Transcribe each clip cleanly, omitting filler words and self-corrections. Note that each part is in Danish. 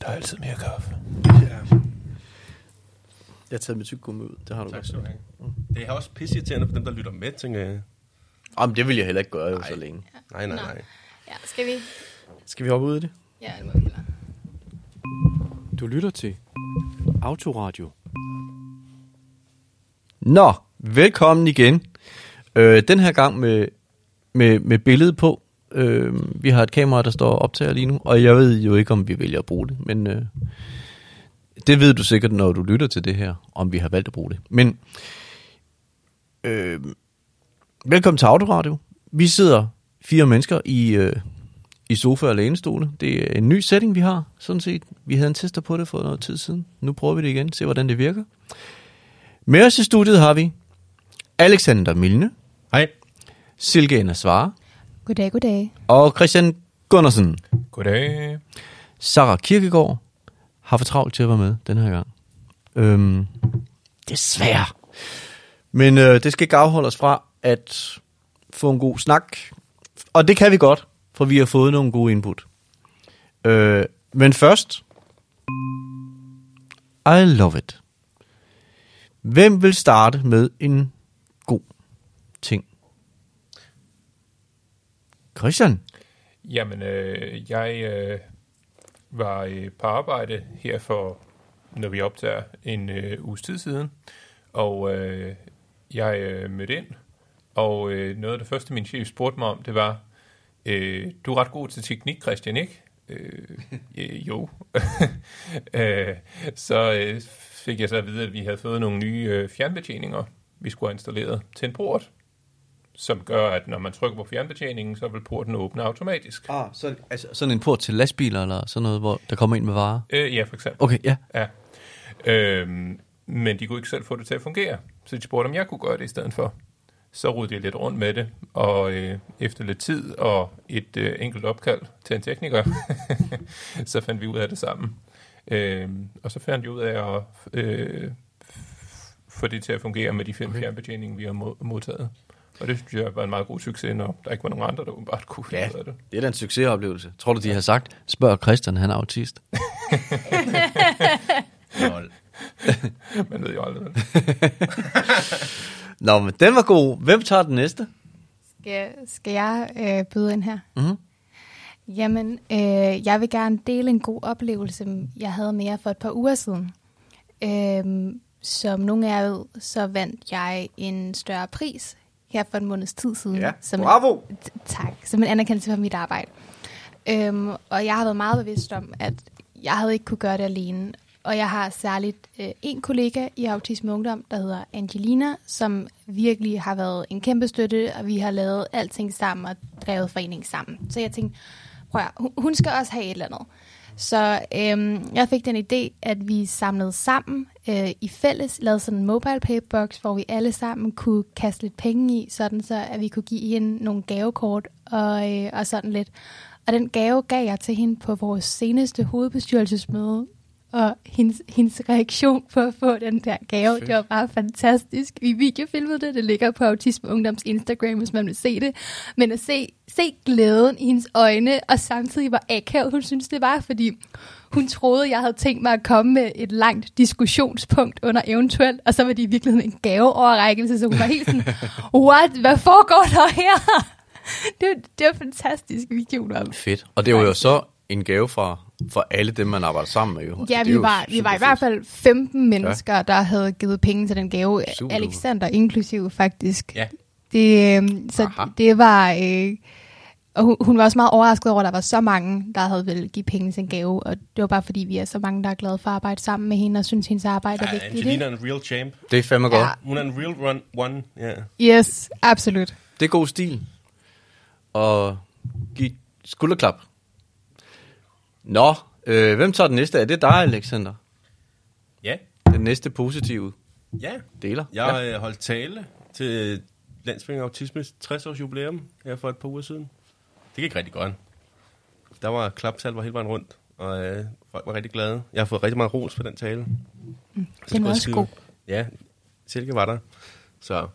Der er altid mere kaffe. Ja. Jeg har taget mit tyggegummi ud. Det har du godt. Det er også pisseirriterende for dem, der lytter med, tænker jeg. Jamen, det vil jeg heller ikke gøre jo så længe. Nej. Ja, skal vi? Skal vi hoppe ud i det? Ja, det må vi hellere. Du lytter til Autoradio. Nå, velkommen igen. Den her gang med billedet på. Vi har et kamera, der står og optager lige nu, og jeg ved jo ikke, om vi vælger at bruge det, men det ved du sikkert, når du lytter til det her, om vi har valgt at bruge det. Men velkommen til Autoradio. Vi sidder 4 mennesker i sofa og lænestole. Det er en ny setting, vi har, sådan set. Vi havde en tester på det for noget tid siden. Nu prøver vi det igen, se hvordan det virker. Med os i studiet har vi Alexander Milne. Hej. Silke Anna Svare. Goddag, goddag. Og Christian Gundersen. Goddag. Sarah Kirkegaard har for travlt til at være med den her gang. Desværre. Men det skal ikke afholde os fra at få en god snak. Og det kan vi godt, for vi har fået nogle gode input. Men først. I love it. Hvem vil starte med en god ting? Christian? Jamen, jeg var på arbejde her for, når vi optager, en uges tid siden, og jeg mødte ind, og noget af det første, min chef spurgte mig om, det var, du er ret god til teknik, Christian, ikke? Jo. Så fik jeg så at vide, at vi havde fået nogle nye fjernbetjeninger, vi skulle have installeret til en port, som gør, at når man trykker på fjernbetjeningen, så vil porten åbne automatisk. Så, altså, sådan en port til lastbiler, eller sådan noget, hvor der kommer ind med varer? Ja, for eksempel. Okay, ja. Men de kunne ikke selv få det til at fungere, så de spurgte, om jeg kunne gøre det i stedet for. Så rodede jeg lidt rundt med det, og efter lidt tid og et enkelt opkald til en tekniker, så fandt vi ud af det sammen. Og så fandt vi ud af at få det til at fungere med de 5 fjernbetjeninger, vi har modtaget. Og det synes jeg var en meget god succes, når der ikke var nogen andre, der bare kunne finde ud af det. Det er da en succesoplevelse. Tror du, de har sagt, spørg Christian, han er autist? Man ved jo aldrig. Nå, men den var god. Hvem tager den næste? Skal jeg byde ind her? Mm-hmm. Jamen, jeg vil gerne dele en god oplevelse, jeg havde med jer for et par uger siden. Som nogle af jer ved, så vandt jeg en større pris her for en måneds tid siden. Ja, bravo! Tak, som en anerkendelse for mit arbejde. Og jeg har været meget bevidst om, at jeg havde ikke kunne gøre det alene. Og jeg har særligt en kollega i Autisme Ungdom, der hedder Angelina, som virkelig har været en kæmpe støtte, og vi har lavet alting sammen og drevet foreningen sammen. Så jeg tænkte, prøv at, hun skal også have et eller andet. Så jeg fik den idé, at vi samlede sammen i fælles, lavede sådan en mobile paybox, hvor vi alle sammen kunne kaste lidt penge i, sådan så at vi kunne give hende nogle gavekort og sådan lidt. Og den gave gav jeg til hende på vores seneste hovedbestyrelsesmøde. Og hendes reaktion på at få den der gave, det var bare fantastisk. Vi videofilmede det, det ligger på Autisme Ungdoms Instagram, hvis man vil se det. Men at se glæden i hendes øjne, og samtidig var akavet, hun synes det var, fordi hun troede, jeg havde tænkt mig at komme med et langt diskussionspunkt under eventuelt, og så var det i virkeligheden en gaveoverrækkelse, så hun var helt sådan, what, hvad foregår der her? Det var fantastisk video. Fedt. Og det var jo så en gave for alle dem, man arbejder sammen med. Jo. Ja, vi var i hvert fald 15 mennesker, der havde givet penge til den gave. Super. Alexander inklusiv, faktisk. Ja. Det var... og hun var også meget overrasket over, at der var så mange, der havde vel give penge til en gave. Og det var bare fordi, vi er så mange, der er glade for at arbejde sammen med hende, og synes, hendes arbejde er vigtigt. Angelina er en real champ. Det er fandme godt. Hun er en real one. Yeah. Yes, absolut. Det er god stil. Og giv skulderklap. Nå, hvem tager den næste? Er det dig, Alexander? Ja. Den næste positive deler? Jeg har holdt tale til Landsforeningen Autismes 60-års jubilæum her for et par uger siden. Det gik rigtig godt. Der var klapsalver hele vejen rundt, og folk var rigtig glade. Jeg har fået rigtig meget ros for den tale. Den var også god. Ja, Silke var der. Så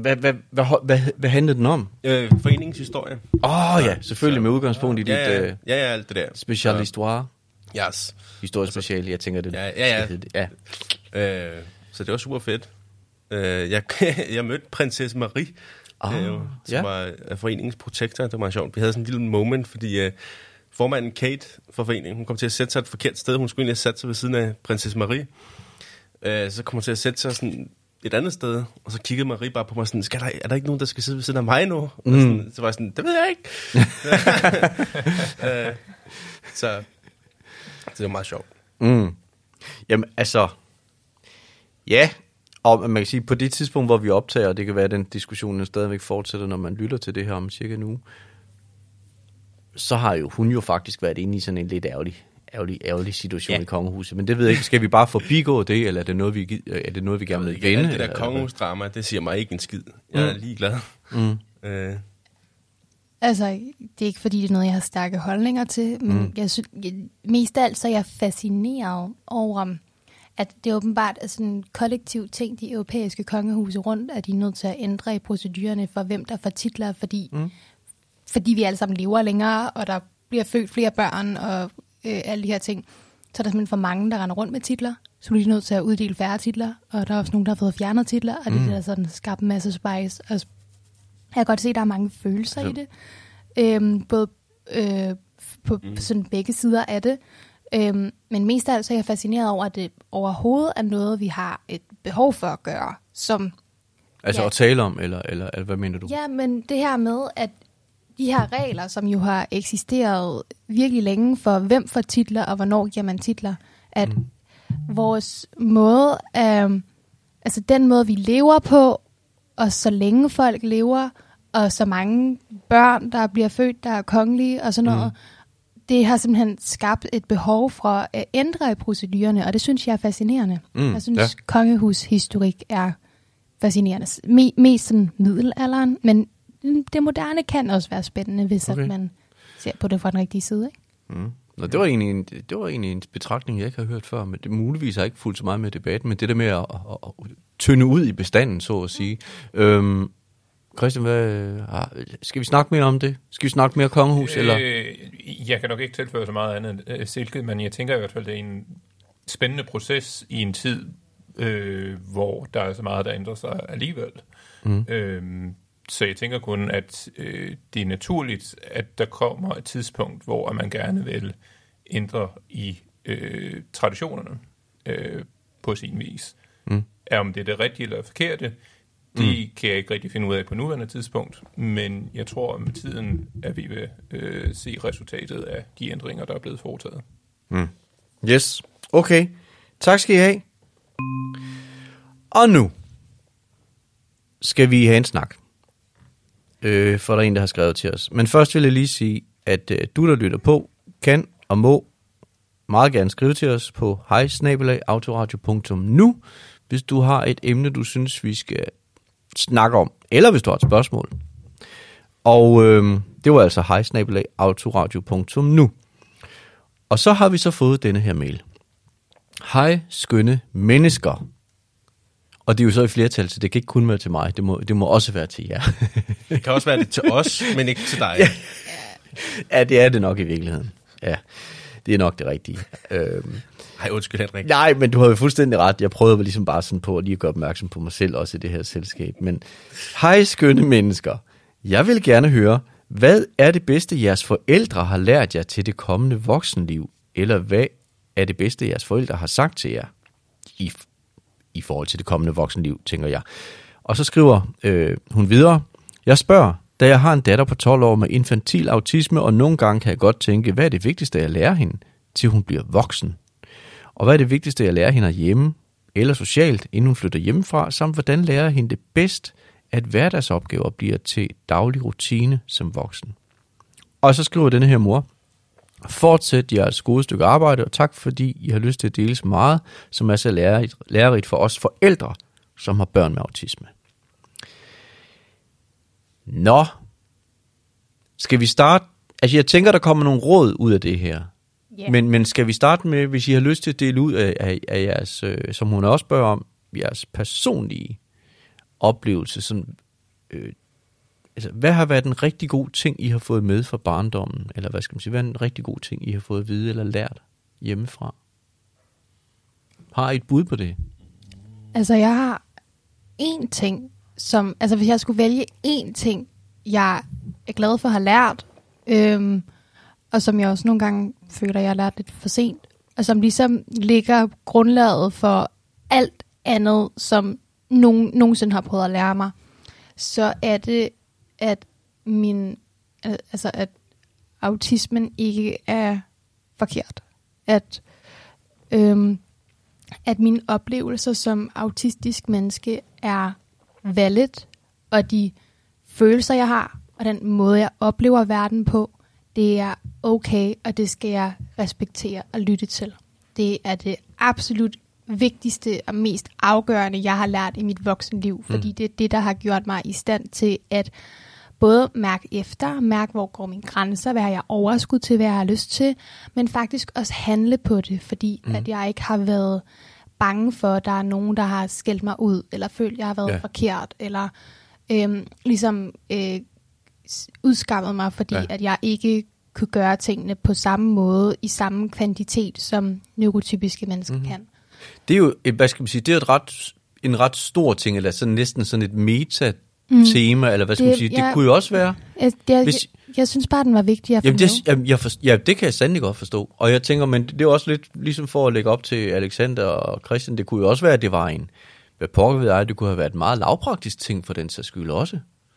Hvad handlede den om? Foreningens historie. Ja, selvfølgelig med udgangspunkt i dit alt det der. specialhistoire. Yes. Historisk special, jeg tænker det. Ja. Skal hedde det. Så det var super fedt. Jeg mødte prinsesse Marie, som var foreningens protektor. Det var meget sjovt. Vi havde sådan en lille moment, fordi formanden Kate fra foreningen, hun kom til at sætte sig et forkert sted. Hun skulle egentlig have sat sig ved siden af prinsesse Marie. Så kom hun til at sætte sig sådan et andet sted, og så kiggede Marie bare på mig sådan, er der ikke nogen, der skal sidde ved siden af mig nu? Sådan, så var jeg sådan, det ved jeg ikke. Så det var meget sjovt. Jamen altså, ja, og man kan sige, på det tidspunkt, hvor vi optager, og det kan være, at den diskussion stadigvæk fortsætter, når man lytter til det her om cirka en uge, så har hun jo faktisk været inde i sådan en lidt ærgerlig situation i kongehuset. Men det ved jeg ikke, skal vi bare forbigå det, eller er det noget, vi gerne vil vende? Det der kongehusdrama, det siger mig ikke en skid. Jeg er ligeglad. Altså, det er ikke fordi, det er noget, jeg har stærke holdninger til, men mest af alt så er jeg fascineret over, at det åbenbart er sådan en kollektiv ting, de europæiske kongehuse rundt, at de er nødt til at ændre i procedurerne for, hvem der får titler, fordi vi alle sammen lever længere, og der bliver født flere børn, og alle de her ting. Så er der simpelthen for mange, der render rundt med titler, så bliver de nødt til at uddele færre titler, og der er også nogen, der har fået fjernet titler, og det er sådan skabt en masse spice. Og jeg kan godt se, at der er mange følelser i det. Både på sådan begge sider af det. Men mest af alt så er jeg fascineret over, at det overhovedet er noget, vi har et behov for at gøre. At tale om, eller hvad mener du? Ja, men det her med, at de her regler, som jo har eksisteret virkelig længe for, hvem får titler, og hvornår giver man titler, at vores måde, altså den måde, vi lever på, og så længe folk lever, og så mange børn, der bliver født, der er kongelige, og sådan noget, det har simpelthen skabt et behov for at ændre i procedurerne, og det synes jeg er fascinerende. Jeg synes, kongehushistorik er fascinerende. Mest sådan middelalderen, men det moderne kan også være spændende, hvis at man ser på det fra den rigtige side. Ikke? Nå, det var egentlig en betragtning, jeg ikke har hørt før, men det muligvis har ikke fulgt så meget med debatten, men det der med at tynde ud i bestanden, så at sige. Christian, skal vi snakke mere om det? Skal vi snakke mere kongehus? Eller? Jeg kan nok ikke tilføje så meget andet end Silke, men jeg tænker i hvert fald, det er en spændende proces i en tid, hvor der er så meget, der ændrer sig alligevel. Så jeg tænker kun, at det er naturligt, at der kommer et tidspunkt, hvor man gerne vil ændre i traditionerne på sin vis. Om det er det rigtige eller forkerte, det kan jeg ikke rigtig finde ud af på nuværende tidspunkt, men jeg tror, at med tiden at vi vil se resultatet af de ændringer, der er blevet foretaget. Yes, okay. Tak skal I have. Og nu skal vi have en snak. For der er en, der har skrevet til os. Men først vil jeg lige sige, at du, der lytter på, kan og må meget gerne skrive til os på hej@autoradio.nu, hvis du har et emne, du synes, vi skal snakke om, eller hvis du har et spørgsmål. Og det var altså hej@autoradio.nu. Og så har vi så fået denne her mail. Hej, skønne mennesker. Og det er jo så i flertal, så det kan ikke kun være til mig. Det må også være til jer. Det kan også være det til os, men ikke til dig. Ja, det er det nok i virkeligheden. Ja, det er nok det rigtige. Ej, undskyld, Henrik. Nej, men du har jo fuldstændig ret. Jeg prøvede ligesom bare sådan på at lige gøre opmærksom på mig selv også i det her selskab. Men hej, skønne mennesker. Jeg vil gerne høre, hvad er det bedste, jeres forældre har lært jer til det kommende voksenliv? Eller hvad er det bedste, jeres forældre har sagt til jer i forhold til det kommende voksenliv, tænker jeg. Og så skriver hun videre. Jeg spørger, da jeg har en datter på 12 år med infantil autisme, og nogle gange kan jeg godt tænke, hvad er det vigtigste, jeg lærer hende, til hun bliver voksen? Og hvad er det vigtigste, jeg lærer hende hjemme eller socialt, inden hun flytter hjemmefra, samt hvordan lærer jeg hende det bedst, at hverdagsopgaver bliver til daglig rutine som voksen? Og så skriver denne her mor, fortsæt jeres gode stykke arbejde, og tak fordi I har lyst til at dele så meget, som er så lærerigt for os forældre, som har børn med autisme. Nå, skal vi starte? Altså jeg tænker, der kommer nogle råd ud af det her. Yeah. Men skal vi starte med, hvis I har lyst til at dele ud af jeres, som hun også spørger om, jeres personlige oplevelse, sådan, altså, hvad har været en rigtig god ting, I har fået med fra barndommen? Eller hvad skal man sige, hvad er en rigtig god ting, I har fået at vide eller lært hjemmefra? Har I et bud på det? Altså, jeg har én ting, som... Altså, hvis jeg skulle vælge én ting, jeg er glad for at have lært, og som jeg også nogle gange føler, jeg har lært lidt for sent, og som ligesom ligger grundlaget for alt andet, som nogensinde har prøvet at lære mig, så er det, at at autismen ikke er forkert. At mine oplevelser som autistisk menneske er valid, og de følelser, jeg har, og den måde, jeg oplever verden på, det er okay, og det skal jeg respektere og lytte til. Det er det absolut vigtigste og mest afgørende, jeg har lært i mit voksenliv, fordi det er det, der har gjort mig i stand til at både mærke efter, mærke, hvor går mine grænser, hvad har jeg overskud til, hvad jeg har lyst til, men faktisk også handle på det, fordi at jeg ikke har været bange for, at der er nogen, der har skældt mig ud, eller følt, jeg har været forkert, eller udskammet mig, fordi at jeg ikke kunne gøre tingene på samme måde, i samme kvantitet, som neurotypiske mennesker kan. Det er jo, hvad skal man sige, det er jo en ret stor ting, eller sådan næsten sådan et meta-tema, eller hvad skal man sige, det kunne jo også være. Jeg synes bare, den var vigtig at få med. Det kan jeg sandelig godt forstå. Og jeg tænker, men det er også lidt ligesom for at lægge op til Alexander og Christian, det kunne jo også være, at det var hvad pokker ved jeg, det kunne have været en meget lavpraktisk ting for den sags skyld også.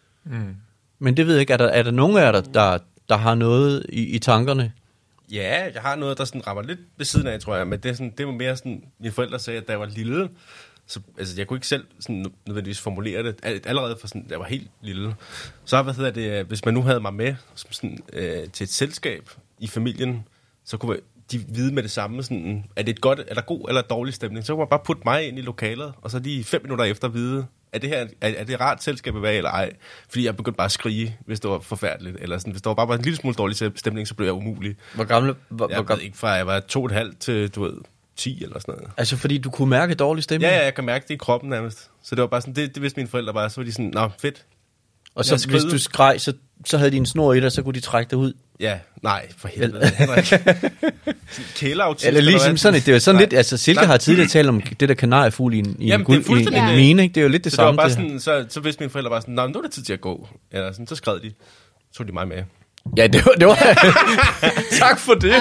Men det ved jeg ikke, er der nogen af jer, der har noget i tankerne? Ja, jeg har noget, der sådan rammer lidt ved siden af, tror jeg, men det var mere sådan, mine forældre sagde, at da jeg var lille, så altså, jeg kunne ikke selv sådan nødvendigvis formulere det, allerede for sådan, jeg var helt lille. Så hvis man nu havde mig med sådan, til et selskab i familien, så kunne de vide med det samme, sådan, er det et godt, eller god eller dårlig stemning, så kunne man bare putte mig ind i lokalet, og så lige 5 minutter efter vide, er det rart selskab at være eller ej? Fordi jeg begyndte bare at skrige, hvis det var forfærdeligt. Eller sådan, hvis der var bare en lille smule dårlig stemning, så blev jeg umulig. Hvor gammel? Jeg ved ikke, fra jeg var 2,5 til, 10 eller sådan noget. Altså, fordi du kunne mærke dårlig stemning? Ja, jeg kan mærke det i kroppen nærmest. Så det var bare sådan, det vidste mine forældre bare. Så var de sådan, nå, fedt. Og så hvis du skreg, så havde de en snor i dig, så kunne de trække dig ud? Ja, nej, for helvede. Kæleautisme. Eller ligesom sådan, det er jo sådan lidt, altså Silke har tidligere talt om det der kanariefugl i en mine, ikke? Det er jo lidt det samme. Det var bare sådan, så vidste mine forældre bare sådan, nå, nu er det tid til at gå. Eller sådan, så skrev de, så tog de mig med. Ja, det var tak for det.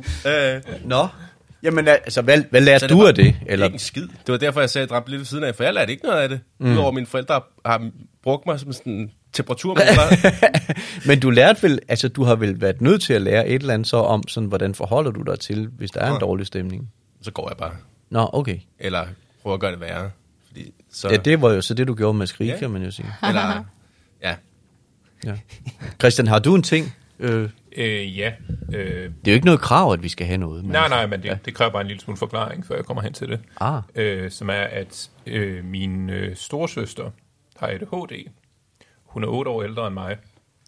Nå. Jamen altså, hvad lærte du af det? Eller? Ikke en skid. Det var derfor, jeg sagde, at jeg dræbte lidt ved siden af, for jeg lærte ikke noget af det. Udover mine forældre har brugt mig som sådan en temperaturmåler. Men du lærte vel, altså du har vel været nødt til at lære et eller andet så om, sådan, hvordan forholder du dig til, hvis der er en dårlig stemning? Så går jeg bare. Nå, okay. Eller prøver at gøre det værre. Fordi så... Ja, det var jo så det, du gjorde med skrig, kan man jo sige. Eller, ja. Christian, har du en ting? Ja. Det er jo ikke noget krav, at vi skal have noget. Nej, men det kræver bare en lille smule forklaring, før jeg kommer hen til det. Som er, at min storesøster har ADHD. Hun er 8 år ældre end mig.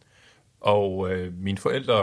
Og mine forældre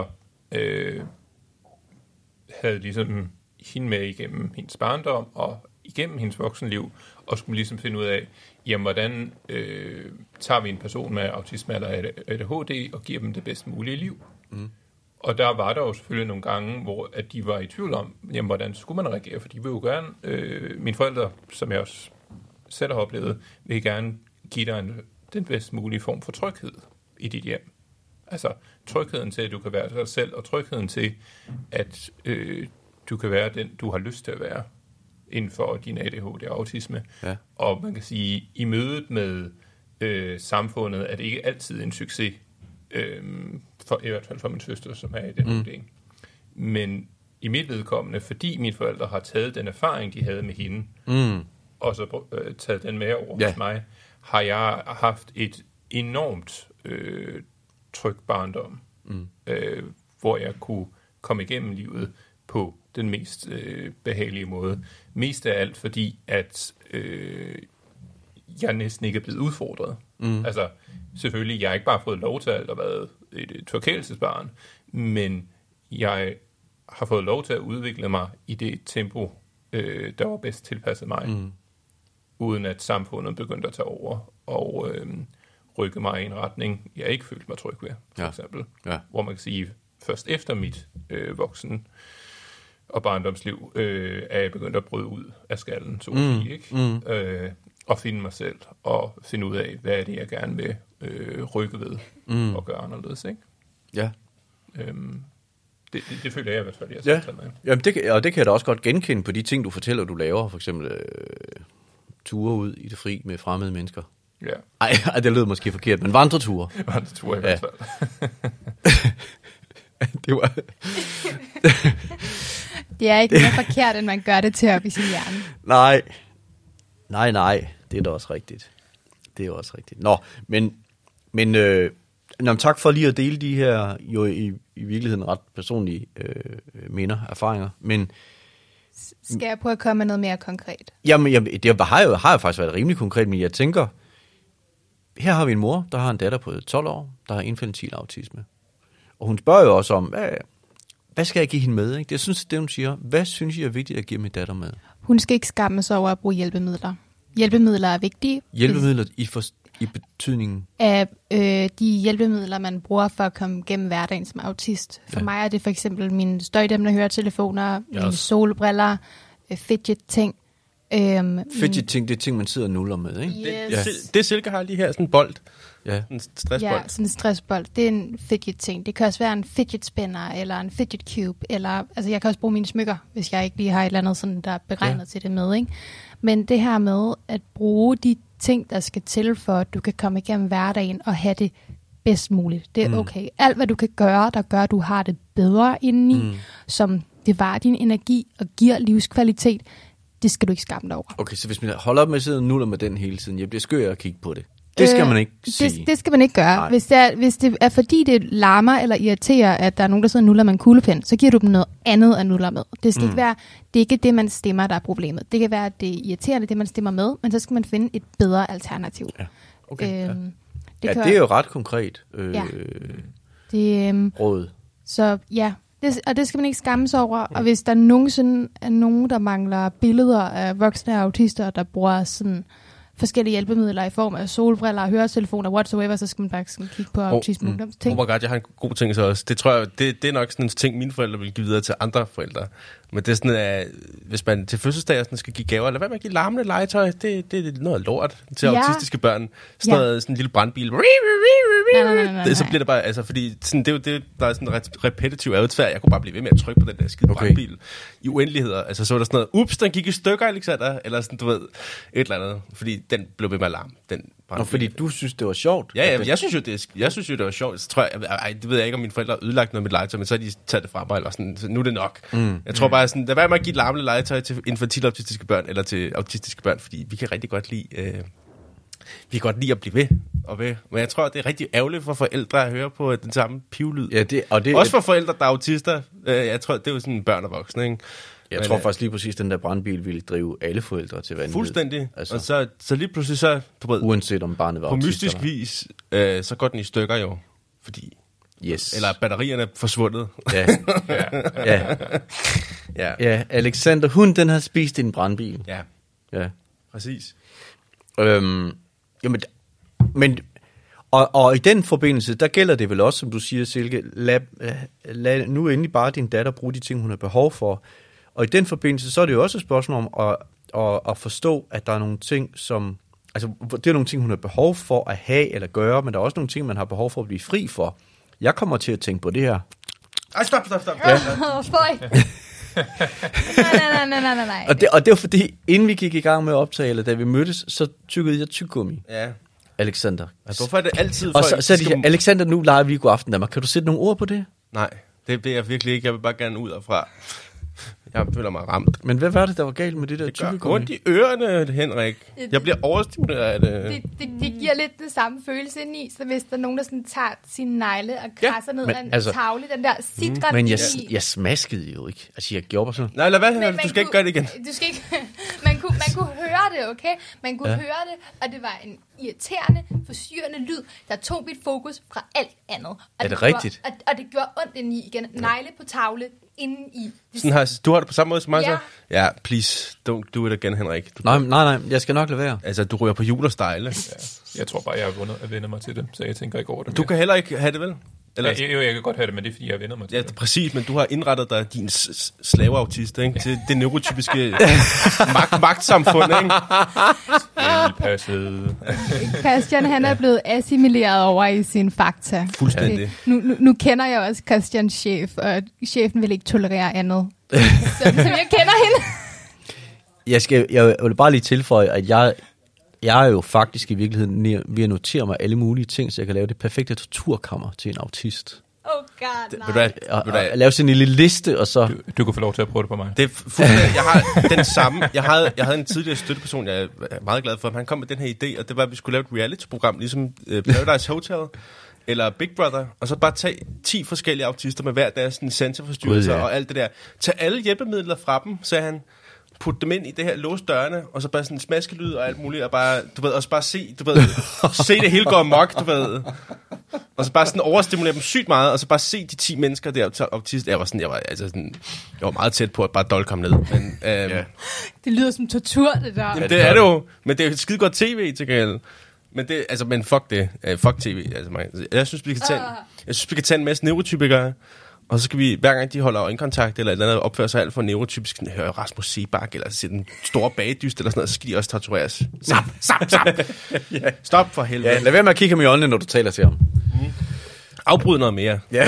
havde ligesom hende med igennem hendes barndom og igennem hendes voksenliv, og skulle ligesom finde ud af, jamen, hvordan tager vi en person med autisme eller ADHD og giver dem det bedst mulige liv. Og der var der jo selvfølgelig nogle gange, hvor at de var i tvivl om, jamen, hvordan skulle man reagere, for de vil jo gerne, mine forældre, som jeg også selv har oplevet, vil gerne give dig den bedst mulige form for tryghed i dit hjem. Altså trygheden til, at du kan være dig selv, og trygheden til, at du kan være den, du har lyst til at være inden for din ADHD og autisme. Ja. Og man kan sige, i mødet med samfundet, er det ikke altid en succes, i hvert fald for min søster, som er i den uddeling. Men i mit vedkommende, fordi mine forældre har taget den erfaring, de havde med hende, og så taget den med over hos mig, har jeg haft et enormt tryg barndom, hvor jeg kunne komme igennem livet på den mest behagelige måde. Mest af alt fordi, at jeg næsten ikke er blevet udfordret. Altså, selvfølgelig, jeg har ikke bare fået lov til at have været et forkælelsesbarn, men jeg har fået lov til at udvikle mig i det tempo, der var bedst tilpasset mig, uden at samfundet begyndte at tage over og rykke mig i en retning, jeg ikke følte mig tryg ved, for eksempel. Ja. Hvor man kan sige, først efter mit og barndomsliv, er jeg begyndt at bryde ud af skallen, så at sige, ikke? Og finde mig selv, og finde ud af, hvad er det, jeg gerne vil rykke ved, og gøre anderledes, ikke? Ja. Det føler jeg i hvert fald, jeg Ja. skal med. Jamen, det kan jeg da også godt genkende på de ting, du fortæller, du laver. For eksempel ture ud i det fri med fremmede mennesker. Ja, Ej, det lød måske forkert, men vandreture. det tror jeg i hvert fald. Det var... Det er ikke mere forkert, end man gør det til op i sin hjerne. Nej. Det er da også rigtigt. Det er også rigtigt. Nå, men tak for lige at dele de her, jo i virkeligheden ret personlige minder, erfaringer. Men Skal jeg prøve at komme med noget mere konkret? jamen det har jo faktisk været rimelig konkret, men jeg tænker, her har vi en mor, der har en datter på 12 år, der har infantil autisme. Og hun spørger jo også om, hvad skal jeg give hende med? Ikke? Jeg synes, det hun siger, hvad synes I er vigtigt at give min datter med? Hun skal ikke skamme sig over at bruge hjælpemidler. Hjælpemidler er vigtige. Hjælpemidler i betydningen? Af de hjælpemidler, man bruger for at komme gennem hverdagen som autist. For mig er det for eksempel mine støjdæmpende høretelefoner, mine solbriller, fidget-ting. Fidget-ting, det er ting, man sidder og nuller med, ikke? Yes. Det Silke har lige her, sådan en bold. Ja. En stressbold. Ja, sådan en stressbold. Det er en fidget-ting. Det kan også være en fidget spinner, eller en fidget cube, eller, altså jeg kan også bruge mine smykker, hvis jeg ikke lige har et eller andet, sådan, der er beregnet til det med, ikke? Men det her med at bruge de ting, der skal til for, at du kan komme igennem hverdagen og have det bedst muligt. Det er okay. Alt, hvad du kan gøre, der gør, at du har det bedre indeni, som bevarer din energi og giver livskvalitet, det skal du ikke skamme dig over. Okay, så hvis man holder op med at sidde og nuller med den hele tiden, jeg bliver skør at kigge på det. Det skal man ikke sige. Det skal man ikke gøre. Hvis det er fordi, det larmer eller irriterer, at der er nogen, der sidder og nuller med en kuglepen, så giver du dem noget andet at nuller med. Det skal ikke være, det er ikke det, man stemmer, der er problemet. Det kan være, at det er irriterende, det man stemmer med, men så skal man finde et bedre alternativ. Ja, okay. Det er jo ret konkret råd. Så ja, og det skal man ikke skamme sig over. Og hvis der nogensinde er nogen, der mangler billeder af voksne autister, der bruger sådan forskellige hjælpemidler i form af solbriller, høretelefoner, whatsoever, så skal man bare sådan kigge på autisme ungdomsting. Oh my god, jeg har en god ting så også. Det tror jeg, det er nok sådan en ting, mine forældre vil give videre til andre forældre. Men det er sådan, at hvis man til fødselsdag skal give gaver, eller hvad med at give larmende legetøj, det er noget lort til autistiske børn. Sådan noget, sådan en lille brandbil. Nej. Så bliver det bare, altså, fordi sådan, det er jo det, der er sådan en repetitiv adfærd. Jeg kunne bare blive ved med at trykke på den der skide brandbil i uendeligheder. Altså, så var der sådan noget, ups, den gik i stykker, Alexander, eller sådan, du ved, et eller andet. Fordi den blev ved med at larme, den brandbil. Og fordi du synes, det var sjovt? Ja, jeg synes jo, det var sjovt. Så tror jeg, det ved jeg ikke, om mine forældre har ødelagt noget med legetøj, men så har de taget det fra mig, eller sådan, så nu er det nok. Jeg tror bare sådan, der er med at give larmende legetøj til infantile autistiske børn, eller til autistiske børn, fordi vi kan rigtig godt lide, vi kan godt lide at blive ved og ved. Men jeg tror, det er rigtig ærgerligt for forældre at høre på den samme pivlyd. Ja, det også for forældre, der er autister. Jeg tror, det er jo sådan børn og voksne, ikke? Jeg tror faktisk lige præcis, den der brandbil ville drive alle forældre til vanvid. Fuldstændig. Altså, og så lige pludselig så, du ved, uanset om barnet var på autist, mystisk vis, så går den i stykker jo. Fordi eller batterierne er forsvundet. Ja, Alexander, den har spist en brandbil. Ja. Præcis. Jamen, men og i den forbindelse, der gælder det vel også, som du siger, Silke, lad nu endelig bare din datter bruge de ting, hun har behov for. Og i den forbindelse, så er det jo også et spørgsmål om at forstå, at der er nogle ting, som... Altså, det er nogle ting, hun har behov for at have eller gøre, men der er også nogle ting, man har behov for at blive fri for. Jeg kommer til at tænke på det her. Ej, stop. Ja. Nej. Og det var fordi, inden vi gik i gang med at optage, eller da vi mødtes, så tykkede jeg tyggegummi. Ja. Alexander. Altså, hvorfor er det altid... Og så de her, Alexander, nu leger vi i god aften, Danmark. Kan du sætte nogle ord på det? Nej, det bliver jeg virkelig ikke. Jeg vil bare gerne ud herfra. Jeg føler mig ramt. Men hvad var det, der var galt med det der tykkegummi? Det gør ondt i ørerne, Henrik. Jeg bliver overstimuleret af det. Det giver lidt den samme følelse indeni, så hvis der er nogen, der sådan tager sine negle og krasser ned af en tavle, den der citron men jeg smaskede jo ikke. Altså, jeg gjorde bare sådan... Nej, lad være, du skal ikke gøre det igen. Du skal ikke... Man kunne høre det, okay? Man kunne høre det, og det var en irriterende, forstyrrende lyd, der tog mit fokus fra alt andet. Og er det rigtigt? Og det gjorde ondt indeni igen. Negle på tavle, inden i... Du har det på samme måde som mig, så? Ja, please, don't do it again, Henrik. Nej, jeg skal nok lade være. Altså, du ryger på hjul og stejle. Jeg tror bare, jeg har vendt mig til det, så jeg tænker ikke over det. Du kan heller ikke have det, vel? Eller, Jeg kan godt høre det, men det er, fordi jeg har vendt mig til ja, det. Præcis, men du har indrettet dig din slaveautist, ikke? Til det neurotypiske magtsamfund, ikke? Tilpasset. Christian, han er blevet assimileret over i sin fakta. Fuldstændig. Nu kender jeg også Christians chef, og chefen vil ikke tolerere andet. Som jeg kender hende. Jeg vil bare lige tilføje, at jeg er jo faktisk i virkeligheden ved at notere mig alle mulige ting, så jeg kan lave det perfekte torturkammer til en autist. Oh god, Ved du hvad? Og lave sådan en lille liste, og så... Du kan få lov til at prøve det på mig. Det er fuldstændig, jeg har den samme. Jeg havde en tidligere støtteperson, jeg er meget glad for, han kom med den her idé, og det var, at vi skulle lave et reality-program, ligesom Paradise Hotel eller Big Brother, og så bare tage 10 forskellige autister med hver deres sanseforstyrrelser og alt det der. Tag alle hjælpemidler fra dem, sagde han. Putte dem ind i det her, låse dørene, og så bare sådan en smaskelyd og alt muligt, og bare, du ved, også bare se det hele gå amok, du ved. Og så bare sådan overstimulere dem sygt meget, og så bare se de 10 mennesker der autist. Jeg var meget tæt på at bare dolke ham ned. Men, Det lyder som tortur, det der. jamen, det er det jo, men det er jo skide godt tv til gengæld. Men det, altså, men fuck det. Fuck tv. Altså, jeg synes, vi kan tage en masse neurotypikere, og så skal vi, hver gang de holder øjenkontakt eller et eller andet, opføre sig alt for neurotypisk, høre Rasmus Seebach eller se den store bagdyst eller sådan noget, så skal de også tortureres. Zap! Yeah. Stop for helvede. Ja, lad være med at kigge ham i øjnene, når du taler til ham. Afbryd noget mere. Ja.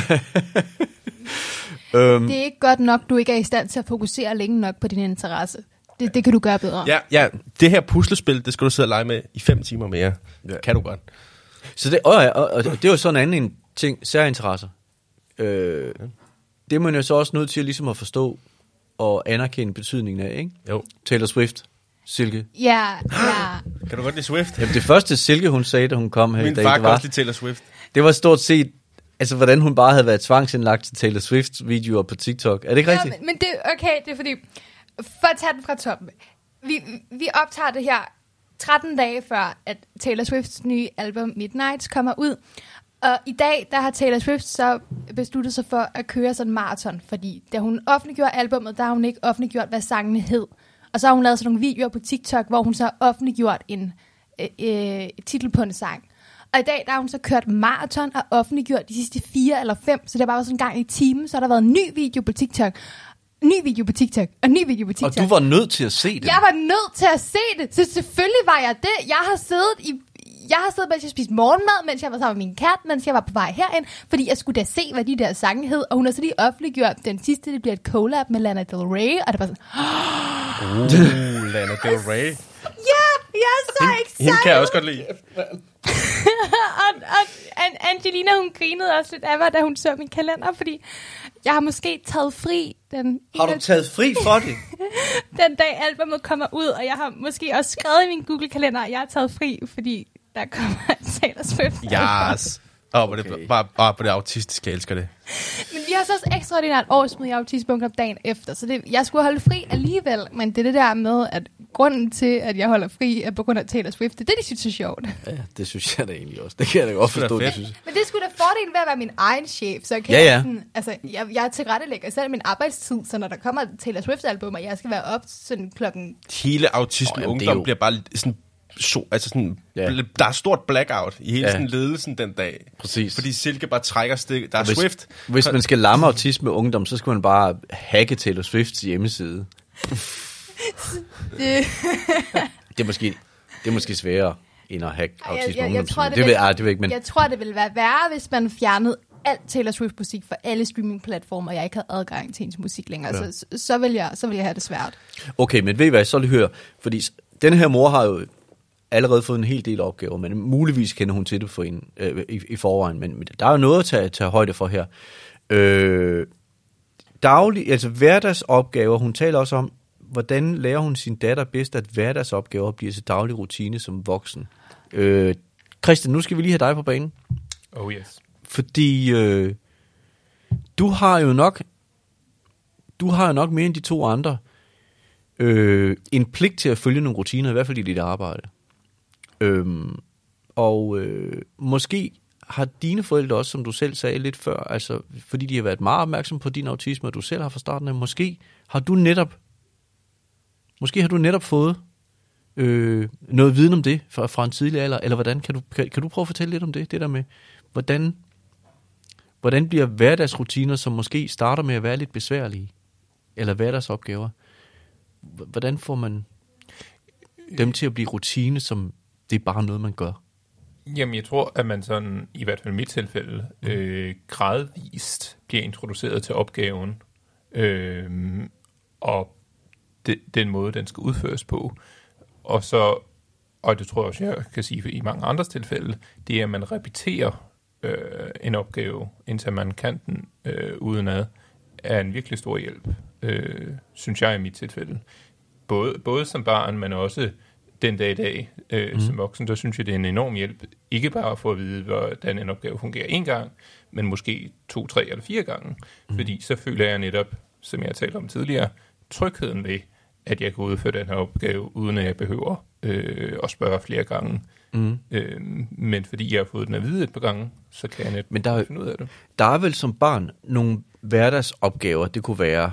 Det er ikke godt nok, du ikke er i stand til at fokusere længe nok på din interesse. Det kan du gøre bedre. Ja, det her puslespil, det skal du sidde og lege med i 5 timer mere. Ja. Kan du godt. Så det, og det er jo sådan en anden ting, særinteresser. Det er man jo så også nødt til ligesom at forstå og anerkende betydningen af, ikke? Jo. Taylor Swift, Silke. Ja. Kan du godt lide Swift? Jamen, det første Silke, hun sagde, da hun kom her i dag, Min far kan også lide Taylor Swift. det var stort set, altså hvordan hun bare havde været tvangsindlagt til Taylor Swifts videoer på TikTok. Er det ikke rigtigt? Men det er fordi, for at tage den fra toppen. Vi optager det her 13 dage før, at Taylor Swifts nye album Midnights kommer ud. Og i dag, der har Taylor Swift så besluttet sig for at køre sådan en maraton, fordi da hun offentliggjorde albummet, der har hun ikke offentliggjort, hvad sangene hed. Og så har hun lavet sådan nogle videoer på TikTok, hvor hun så har offentliggjort en titel på en sang. Og i dag, der har hun så kørt maraton og offentliggjort de sidste 4 eller 5, så det var bare sådan en gang i timen, så har der været en ny video på TikTok. Ny video på TikTok, og ny video på TikTok. Og du var nødt til at se det. Jeg var nødt til at se det, så selvfølgelig var jeg det. Jeg har siddet, mens jeg spiste morgenmad, mens jeg var sammen med min kat, mens jeg var på vej herind, fordi jeg skulle da se, hvad de der sange hed, og hun har så lige offentliggjort, den sidste, det bliver et collab med Lana Del Rey, og det var sådan, Lana Del Rey. ja, jeg er så excited. Hende kan jeg også godt lide. og Angelina, hun grinede også lidt af mig, da hun så min kalender, fordi jeg har måske taget fri den... Har du taget fri for det? den dag albumet kommer ud, og jeg har måske også skrevet i min Google-kalender, at jeg har taget fri, fordi der kommer Taylor Swift. Yes. Bare på det autistiske, jeg elsker det. Men vi har så også ekstraordinært årsmøde i Autism-Ungdom dagen efter, så jeg skulle holde fri alligevel, men det er det der med, at grunden til, at jeg holder fri, er på grund af Taylor Swift. Det er det, de synes er sjovt. Ja, det synes jeg da egentlig også. Det kan jeg da godt forstå, det synes. Men det skulle da fordelen ved at være min egen chef, så kan jeg sådan, altså, jeg tilrettelægger selv min arbejdstid, så når der kommer Taylor Swift-album, og jeg skal være op sådan klokken... Hele Autism-Ungdom bliver bare sådan... Der er stort blackout i hele sådan ledelsen den dag. Præcis. Fordi Silke bare trækker stik. Der er Swift. Hvis man skal lamme autisme ungdom, så skal man bare hacke Taylor Swifts hjemmeside. Det er måske sværere end at hacke autisme ungdom. Jeg tror, det ville være værre, hvis man fjernede alt Taylor Swift musik fra alle streamingplatformer, og jeg ikke havde adgang til hendes musik længere. Ja. Så vil jeg have det svært. Okay, men ved I hvad, så lige høre. Fordi den her mor har jo allerede fået en hel del opgaver, men muligvis kender hun til det for en, i forvejen, men der er jo noget at tage højde for her. Altså hverdagsopgaver, hun taler også om, hvordan lærer hun sin datter bedst, at hverdagsopgaver bliver til daglig rutine som voksen. Christian, nu skal vi lige have dig på banen. Oh yes. Fordi du har jo nok mere end de 2 andre en pligt til at følge nogle rutiner, i hvert fald i dit arbejde. Måske har dine forældre også, som du selv sagde lidt før, altså fordi de har været meget opmærksomme på din autisme, og du selv har fra starten af, måske har du netop fået noget viden om det fra en tidlig alder, eller hvordan, kan du prøve at fortælle lidt om det der med, hvordan Hvordan bliver hverdagsrutiner, som måske starter med at være lidt besværlige, eller hverdagsopgaver, hvordan får man dem til at blive rutine, som det er bare noget, man gør? Jamen, jeg tror, at man sådan, i hvert fald i mit tilfælde, gradvist bliver introduceret til opgaven, og den måde, den skal udføres på. Og det tror jeg også, jeg kan sige i mange andres tilfælde, det er, at man repeterer en opgave, indtil man kan den udenad, er en virkelig stor hjælp, synes jeg i mit tilfælde. Både som barn, men også den dag i dag som voksen, der synes jeg, det er en enorm hjælp. Ikke bare for at vide, hvordan en opgave fungerer en gang, men måske 2, 3 eller 4 gange. Fordi så føler jeg netop, som jeg talte om tidligere, trygheden ved, at jeg kan udføre den her opgave, uden at jeg behøver at spørge flere gange. Men fordi jeg har fået den at vide et par gange, så kan jeg netop finde ud af det. Der er vel som barn nogle hverdagsopgaver, det kunne være...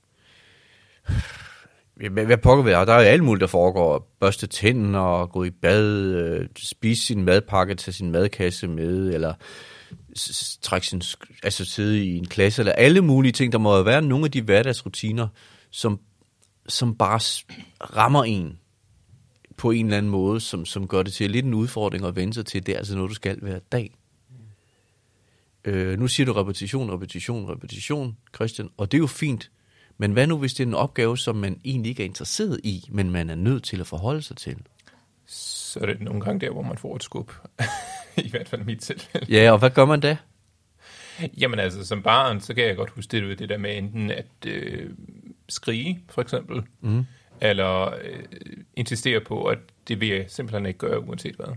Hvad pokker være? Der er jo alt muligt, der foregår. Børste tænder, gå i bad, spise sin madpakke, tage sin madkasse med, eller trække sidde i en klasse, eller alle mulige ting. Der må jo være nogle af de hverdagsrutiner, som bare rammer en på en eller anden måde, som gør det til lidt en udfordring at vende sig til. Det er altså noget, du skal hver dag. Nu siger du repetition, Christian, og det er jo fint. Men hvad nu, hvis det er en opgave, som man egentlig ikke er interesseret i, men man er nødt til at forholde sig til? Så er det nogle gange der, hvor man får et skub. I hvert fald mit tilfælde. Ja, og hvad gør man da? Jamen altså, som barn, så kan jeg godt huske det der med enten at skrige, for eksempel, eller insistere på, at det vil jeg simpelthen ikke gøre, uanset hvad.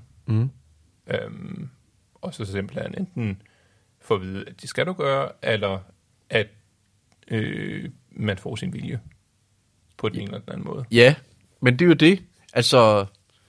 Og så simpelthen enten få at vide, at det skal du gøre, eller at man får sin vilje på den ene eller den anden måde. Ja, men det er jo det. Altså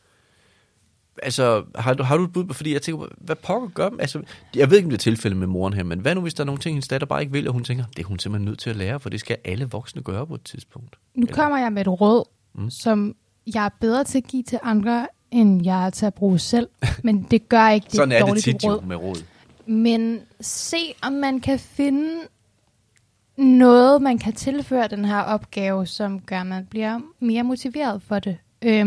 har du et bud på, fordi jeg tænker, hvad pokker gør dem? Altså, jeg ved ikke, om det er tilfælde med moren her, men hvad nu, hvis der er nogle ting, hendes datter bare ikke vil, og hun tænker, det er hun simpelthen nødt til at lære, for det skal alle voksne gøre på et tidspunkt. Nu kommer jeg med et råd, som jeg er bedre til at give til andre, end jeg er til at bruge selv. Men det gør ikke det sådan dårligt det tit råd. med råd. Men se, om man kan finde noget, man kan tilføre den her opgave, som gør, at man bliver mere motiveret for det.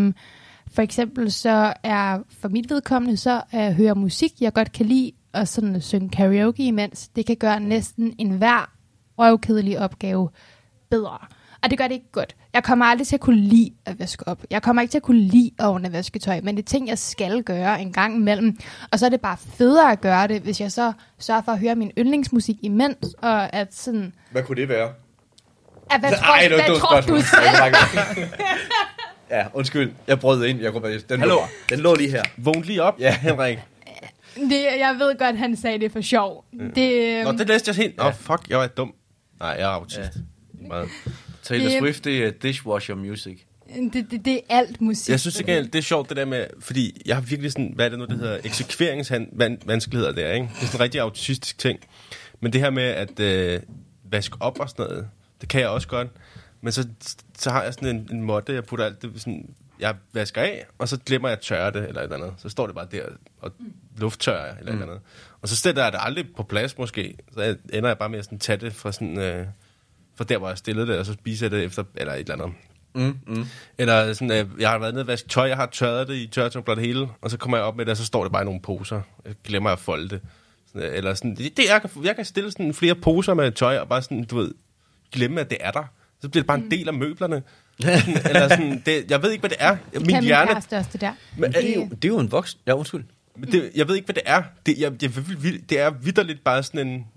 For eksempel så er, for mit vedkommende, så at høre musik, jeg godt kan lide, og sådan at synge karaoke imens, det kan gøre næsten enhver røvkedelig opgave bedre. Og det gør det ikke godt. Jeg kommer aldrig til at kunne lide at vaske op. Jeg kommer ikke til at kunne lide at ordne vasketøj, men det er ting, jeg skal gøre en gang imellem. Og så er det bare federe at gøre det, hvis jeg så sørger for at høre min yndlingsmusik imens, og at sådan... Hvad kunne det være? Hvad tror du selv? Ja, undskyld. Jeg brød ind. Den lå lige her. Vågn lige op, ja, Henrik. Jeg ved godt, han sagde det for sjov. Det læste jeg helt. Fuck, jeg var dum. Nej, jeg er autist. Ja. Taylor Swift, det er dishwasher music. Det er alt musik. Jeg synes ikke, det er sjovt det der med, fordi jeg har virkelig sådan, hvad er det nu, det hedder, eksekveringsvanskeligheder der, ikke? Det er sådan en rigtig autistisk ting. Men det her med at vaske op og sådan noget, det kan jeg også godt. Men så har jeg sådan en måtte, jeg putter alt det sådan, jeg vasker af, og så glemmer jeg at tørre det, eller et eller andet. Så står det bare der og lufttørrer jeg, eller et eller andet. Og så stiller jeg det aldrig på plads måske. Så ender jeg bare med at sådan tage det fra sådan... for der, hvor jeg stillede det, og så spiser jeg det efter, eller et eller andet. Eller sådan, jeg har været nede og vasket tøj, jeg har tørret det i tørretumbler det hele, og så kommer jeg op med det, og så står det bare i nogle poser. Jeg glemmer at folde det. Sådan, eller sådan, jeg kan stille sådan flere poser med tøj, og bare sådan, du ved, glemme, at det er der. Så bliver det bare en del af møblerne. Sådan, eller sådan, jeg ved ikke, hvad det er. Min hjerne... det der. Men det er jo en voksen... Ja, undskyld. Jeg ved ikke, hvad det er. Det er vitterligt bare sådan en...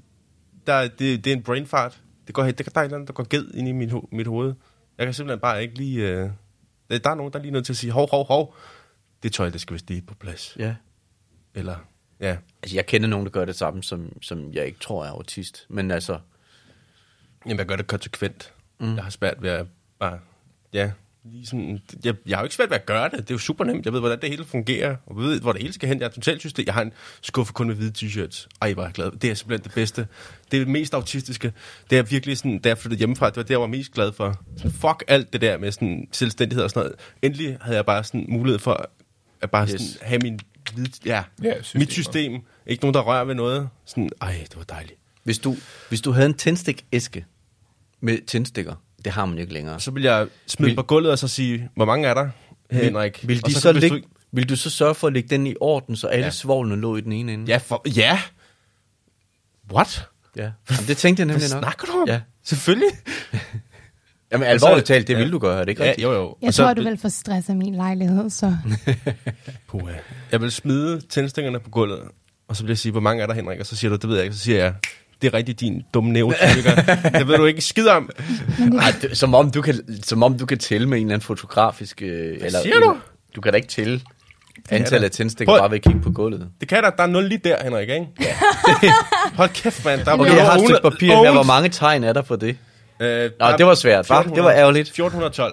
Det er en brain fart. Der er et eller andet, der går ged ind i mit hoved. Jeg kan simpelthen bare ikke lige... Der er nogen, der er lige nødt til at sige, hov. Det tøj, det skal vist lige på plads. Ja. Eller... Ja. Altså, jeg kender nogen, der gør det samme, som jeg ikke tror er autist. Men altså... Jamen, jeg gør det konsekvent. Jeg har svært ved at bare... Ja, ligesom, jeg har jo ikke svært ved at gøre det. Det er jo super nemt. Jeg ved, hvordan det hele fungerer. Og jeg ved, hvor det hele skal hen. Jeg er totalt system. Jeg har en skuffe kun med hvide t-shirts. Ej, hvor er jeg glad. Det er simpelthen det bedste. Det er det mest autistiske. Det er virkelig sådan, da jeg flyttede hjemmefra, det var det, jeg var mest glad for. Så fuck alt det der med sådan selvstændighed og sådan noget. Endelig havde jeg bare sådan mulighed for at bare sådan have min hvide... Ja, mit system. Ikke nogen, der rører ved noget. Sådan, ej, det var dejligt. Hvis du havde en tændstikæske med tændstikker, det har man jo ikke længere. Så vil jeg smide på gulvet og så sige, hvor mange er der, Henrik? Vil du så sørge for at lægge den i orden, så alle svovlene lå i den ene ende? Ja. What? Ja. Jamen, det tænkte jeg nemlig nok. Hvad snakker du om? Ja. Selvfølgelig. Jamen alvorligt talt, det vil du gøre, er det ikke rigtigt? Jo. Jeg tror, du vil få stress af min lejlighed, så... Puha. Jeg vil smide tændstikkerne på gulvet, og så vil jeg sige, hvor mange er der, Henrik? Og så siger du, det ved jeg ikke. Så siger jeg, det er rigtig din dumme nævetykker. Det ved du ikke skid om. Ej, som om du kan tælle med en eller anden fotografisk... Hvad siger du? Du kan da ikke tælle antallet af tændstikker bare ved at kigge på gulvet. Det kan der er 0 lige der, Henrik, ikke? Ja. Hold kæft, mand. Okay, jeg har et stykke papir her. Hvor mange tegn er der på det? Nå, det var svært, hva'? Det var ærgerligt. 1412.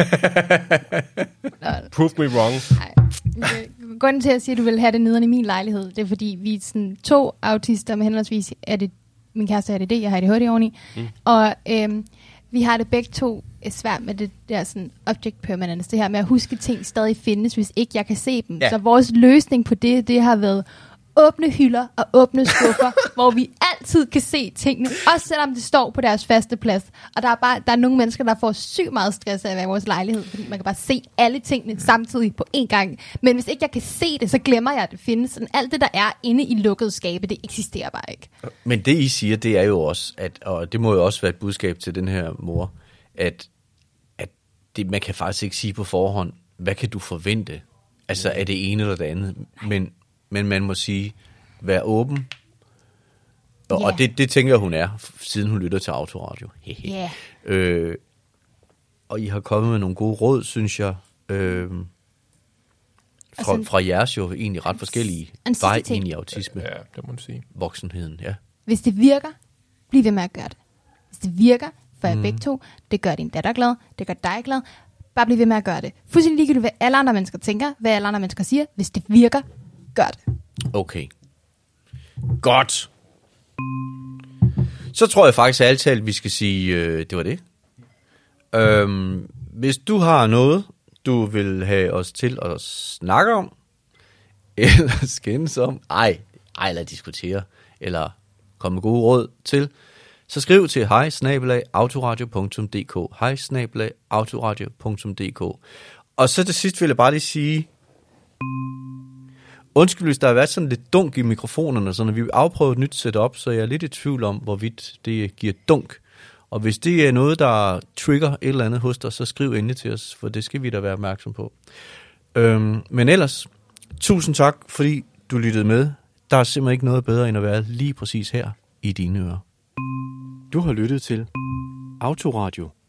Prove me wrong. Nej. Grunden til at sige, at du vil have det nederen i min lejlighed, det er fordi, vi er sådan 2 autister med henholdsvis, min kæreste har ADD, jeg har ADHD oveni, og vi har det begge to svært med det der sådan object permanence, det her med at huske ting stadig findes, hvis ikke jeg kan se dem. Ja. Så vores løsning på det har været åbne hylder og åbne skuffer, hvor vi altid kan se tingene, også selvom det står på deres faste plads. Og der er nogle mennesker, der får sygt meget stress af at være i vores lejlighed, fordi man kan bare se alle tingene samtidig på én gang. Men hvis ikke jeg kan se det, så glemmer jeg, at det findes. Sådan, alt det, der er inde i lukkede skabe, det eksisterer bare ikke. Men det, I siger, det er jo også, og det må jo også være et budskab til den her mor, at det, man kan faktisk ikke sige på forhånd, hvad kan du forvente? Altså, er det ene eller det andet? Men man må sige, vær åben. Og det tænker jeg, hun er, siden hun lytter til Autoradio. Yeah. Og I har kommet med nogle gode råd, synes jeg. Fra jeres jo egentlig ret forskellige vej ind i autisme. Ja, det må man sige. Voksenheden, ja. Hvis det virker, bliv ved med at gøre det. Hvis det virker for jer begge to, det gør din datter glad, det gør dig glad, bare bliv ved med at gøre det. Fuldstændig ligegyldigt, hvad alle andre mennesker tænker, hvad alle andre mennesker siger. Hvis det virker, gør det. Okay. Godt. Så tror jeg faktisk ærligt talt, vi skal sige, det var det. Hvis du har noget, du vil have os til at snakke om, eller skændes om, eller diskutere, eller komme med gode råd til, så skriv til hej@autoradio.dk, hej@autoradio.dk. Og så til sidst vil jeg bare lige sige, undskyld, hvis der har været sådan lidt dunk i mikrofonerne, så når vi afprøver et nyt setup, så jeg er lidt i tvivl om, hvorvidt det giver dunk. Og hvis det er noget, der trigger et eller andet hos dig, så skriv endelig til os, for det skal vi da være opmærksom på. Men ellers, tusind tak, fordi du lyttede med. Der er simpelthen ikke noget bedre, end at være lige præcis her i dine ører. Du har lyttet til Autoradio